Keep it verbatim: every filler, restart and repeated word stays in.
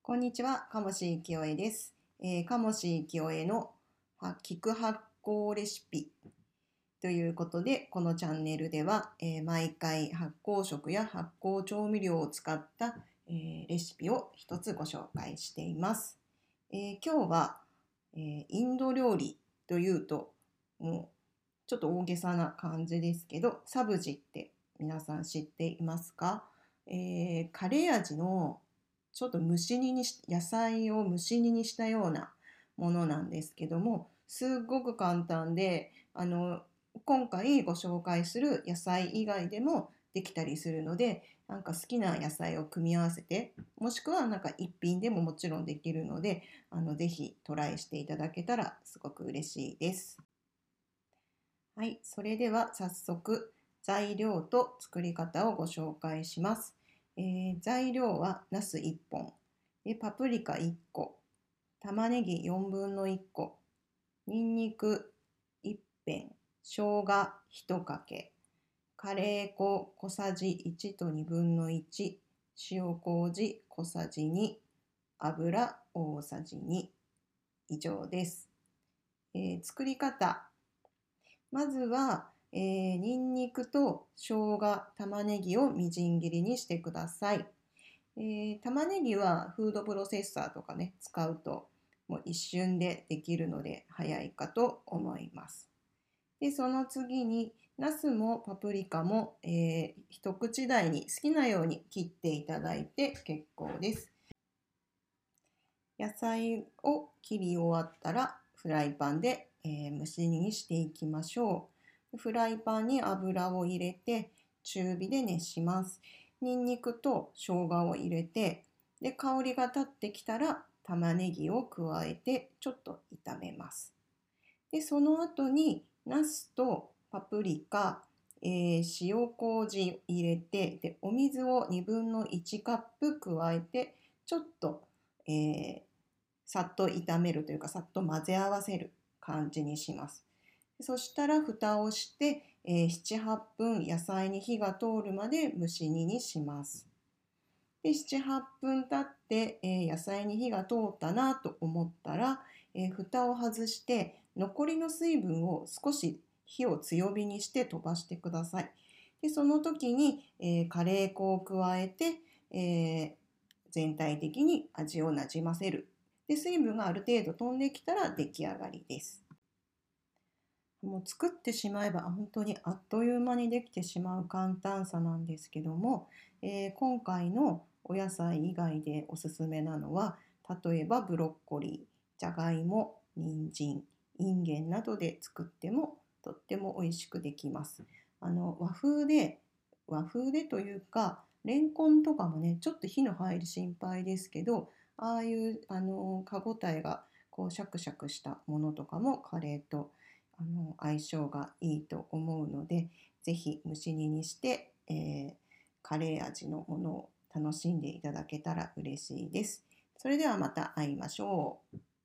こんにちは、鴨志清江です。えー、鴨志清江のは聞く発酵レシピということで、このチャンネルでは、えー毎回発酵食や発酵調味料を使った、えーレシピを一つご紹介しています。えー今日は、えーインド料理というと、もうちょっと大げさな感じですけど、サブジって皆さん知っていますか？えーカレー味のちょっと蒸し煮にし、野菜を蒸し煮にしたようなものなんですけども、すっごく簡単で、あの、今回ご紹介する野菜以外でもできたりするので、なんか好きな野菜を組み合わせて、もしくはなんか一品でももちろんできるので、あの、ぜひトライしていただけたらすごく嬉しいです。はい、それでは早速材料と作り方をご紹介します。えー材料はナスいっぽん、でパプリカいっこ、玉ねぎよんぶんのいっこ、にんにくいっぺん、生姜いちかけ、カレー粉小さじいちとにぶんのいち、塩麹小さじに、油大さじに以上です。えー作り方。まずは、えー、にんにくと生姜、玉ねぎをみじん切りにしてください。えー玉ねぎはフードプロセッサーとかね、使うともう一瞬でできるので早いかと思います。で、その次に、ナスもパプリカも、えー一口大に好きなように切っていただいて結構です。野菜を切り終わったらフライパンで、えー蒸し煮にしていきましょう。フライパンに油を入れて中火で熱します。にんにくと生姜を入れて、で香りが立ってきたら玉ねぎを加えてちょっと炒めます。でその後にナスとパプリカ、えー塩麹入れて、でお水をにぶんのいちカップ加えてちょっと、えーさっと炒めるというか、さっと混ぜ合わせる感じにします。そしたら蓋をして、えー、なな、はっぷん野菜に火が通るまで蒸し煮にします。で、なな、はっぷん経って、えー野菜に火が通ったなと思ったら、えー蓋を外して残りの水分を少し火を強火にして飛ばしてください。で、その時に、えーカレー粉を加えて、えー全体的に味をなじませる。で、水分がある程度飛んできたら出来上がりです。もう作ってしまえば本当にあっという間にできてしまう簡単さなんですけども、えー今回のお野菜以外でおすすめなのは、例えばブロッコリー、じゃがいも、人参、いんげんなどで作ってもとっても美味しくできます。あの和風で和風でというか、レンコンとかもね、ちょっと火の入る心配ですけど、ああいうあの歯ごたえがこうシャクシャクしたものとかもカレーとあの相性がいいと思うので、ぜひ蒸し煮にして、えーカレー味のものを楽しんでいただけたら嬉しいです。それではまた会いましょう。